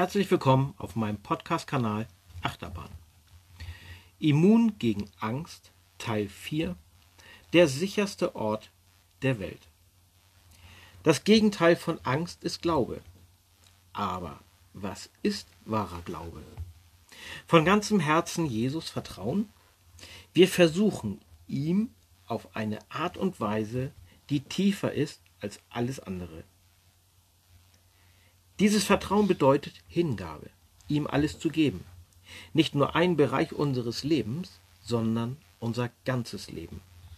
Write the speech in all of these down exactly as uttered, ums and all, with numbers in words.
Herzlich willkommen auf meinem Podcast-Kanal Achterbahn. Immun gegen Angst, Teil vier, der sicherste Ort der Welt. Das Gegenteil von Angst ist Glaube. Aber was ist wahrer Glaube? Von ganzem Herzen Jesus vertrauen? Wir versuchen, ihm auf eine Art und Weise, die tiefer ist als alles andere. Dieses Vertrauen bedeutet Hingabe, ihm alles zu geben. Nicht nur einen Bereich unseres Lebens, sondern unser ganzes Leben.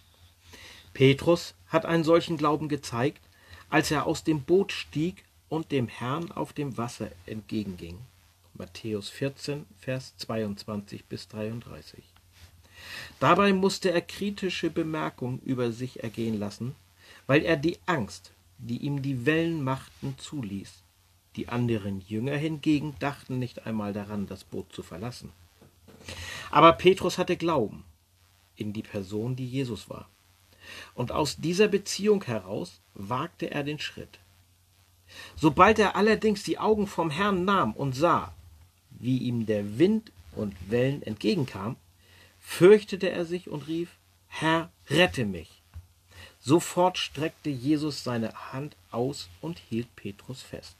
Petrus hat einen solchen Glauben gezeigt, als er aus dem Boot stieg und dem Herrn auf dem Wasser entgegenging. Matthäus vierzehn, Vers zweiundzwanzig bis dreiunddreißig. Dabei musste er kritische Bemerkungen über sich ergehen lassen, weil er die Angst, die ihm die Wellen machten, zuließ. Die anderen Jünger hingegen dachten nicht einmal daran, das Boot zu verlassen. Aber Petrus hatte Glauben in die Person, die Jesus war. Und aus dieser Beziehung heraus wagte er den Schritt. Sobald er allerdings die Augen vom Herrn nahm und sah, wie ihm der Wind und Wellen entgegenkamen, fürchtete er sich und rief: Herr, rette mich! Sofort streckte Jesus seine Hand aus und hielt Petrus fest.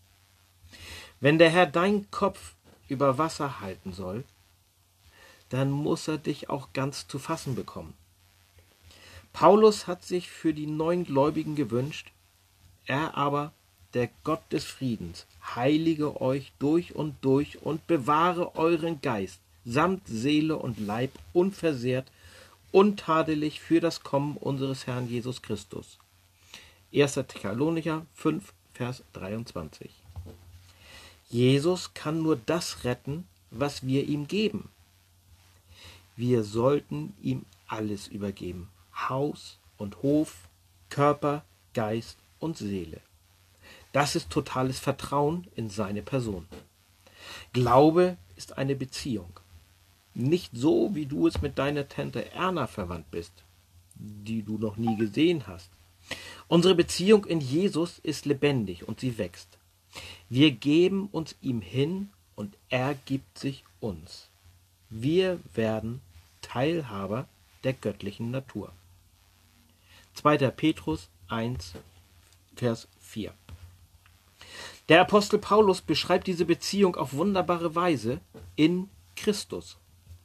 Wenn der Herr deinen Kopf über Wasser halten soll, dann muss er dich auch ganz zu fassen bekommen. Paulus hat sich für die neuen Gläubigen gewünscht, er aber, der Gott des Friedens, heilige euch durch und durch und bewahre euren Geist samt Seele und Leib unversehrt, untadelig für das Kommen unseres Herrn Jesus Christus. erster Thessalonicher fünf, Vers dreiundzwanzig. Jesus kann nur das retten, was wir ihm geben. Wir sollten ihm alles übergeben. Haus und Hof, Körper, Geist und Seele. Das ist totales Vertrauen in seine Person. Glaube ist eine Beziehung. Nicht so, wie du es mit deiner Tante Erna verwandt bist, die du noch nie gesehen hast. Unsere Beziehung in Jesus ist lebendig und sie wächst. Wir geben uns ihm hin und er gibt sich uns. Wir werden Teilhaber der göttlichen Natur. zweiter Petrus eins, Vers vier. Der Apostel Paulus beschreibt diese Beziehung auf wunderbare Weise in Christus.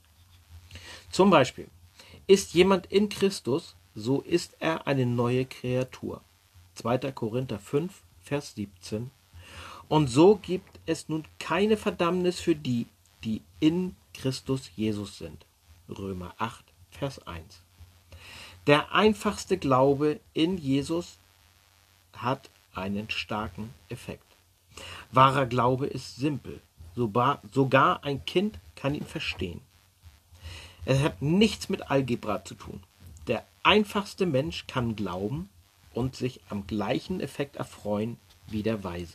Zum Beispiel: Ist jemand in Christus, so ist er eine neue Kreatur. zweiter Korinther fünf, Vers siebzehn. Und so gibt es nun keine Verdammnis für die, die in Christus Jesus sind. Römer acht, Vers eins. Der einfachste Glaube in Jesus hat einen starken Effekt. Wahrer Glaube ist simpel. Sogar ein Kind kann ihn verstehen. Es hat nichts mit Algebra zu tun. Der einfachste Mensch kann glauben und sich am gleichen Effekt erfreuen wie der Weise.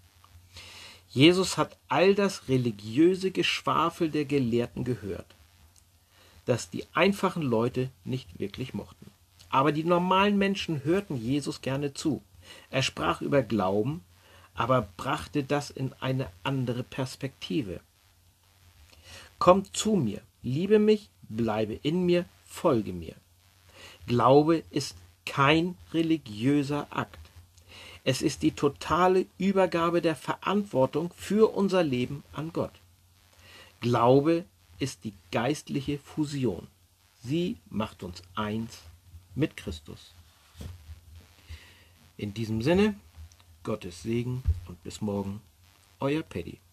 Jesus hat all das religiöse Geschwafel der Gelehrten gehört, das die einfachen Leute nicht wirklich mochten. Aber die normalen Menschen hörten Jesus gerne zu. Er sprach über Glauben, aber brachte das in eine andere Perspektive. Kommt zu mir, liebe mich, bleibe in mir, folge mir. Glaube ist kein religiöser Akt. Es ist die totale Übergabe der Verantwortung für unser Leben an Gott. Glaube ist die geistliche Fusion. Sie macht uns eins mit Christus. In diesem Sinne, Gottes Segen und bis morgen, euer Paddy.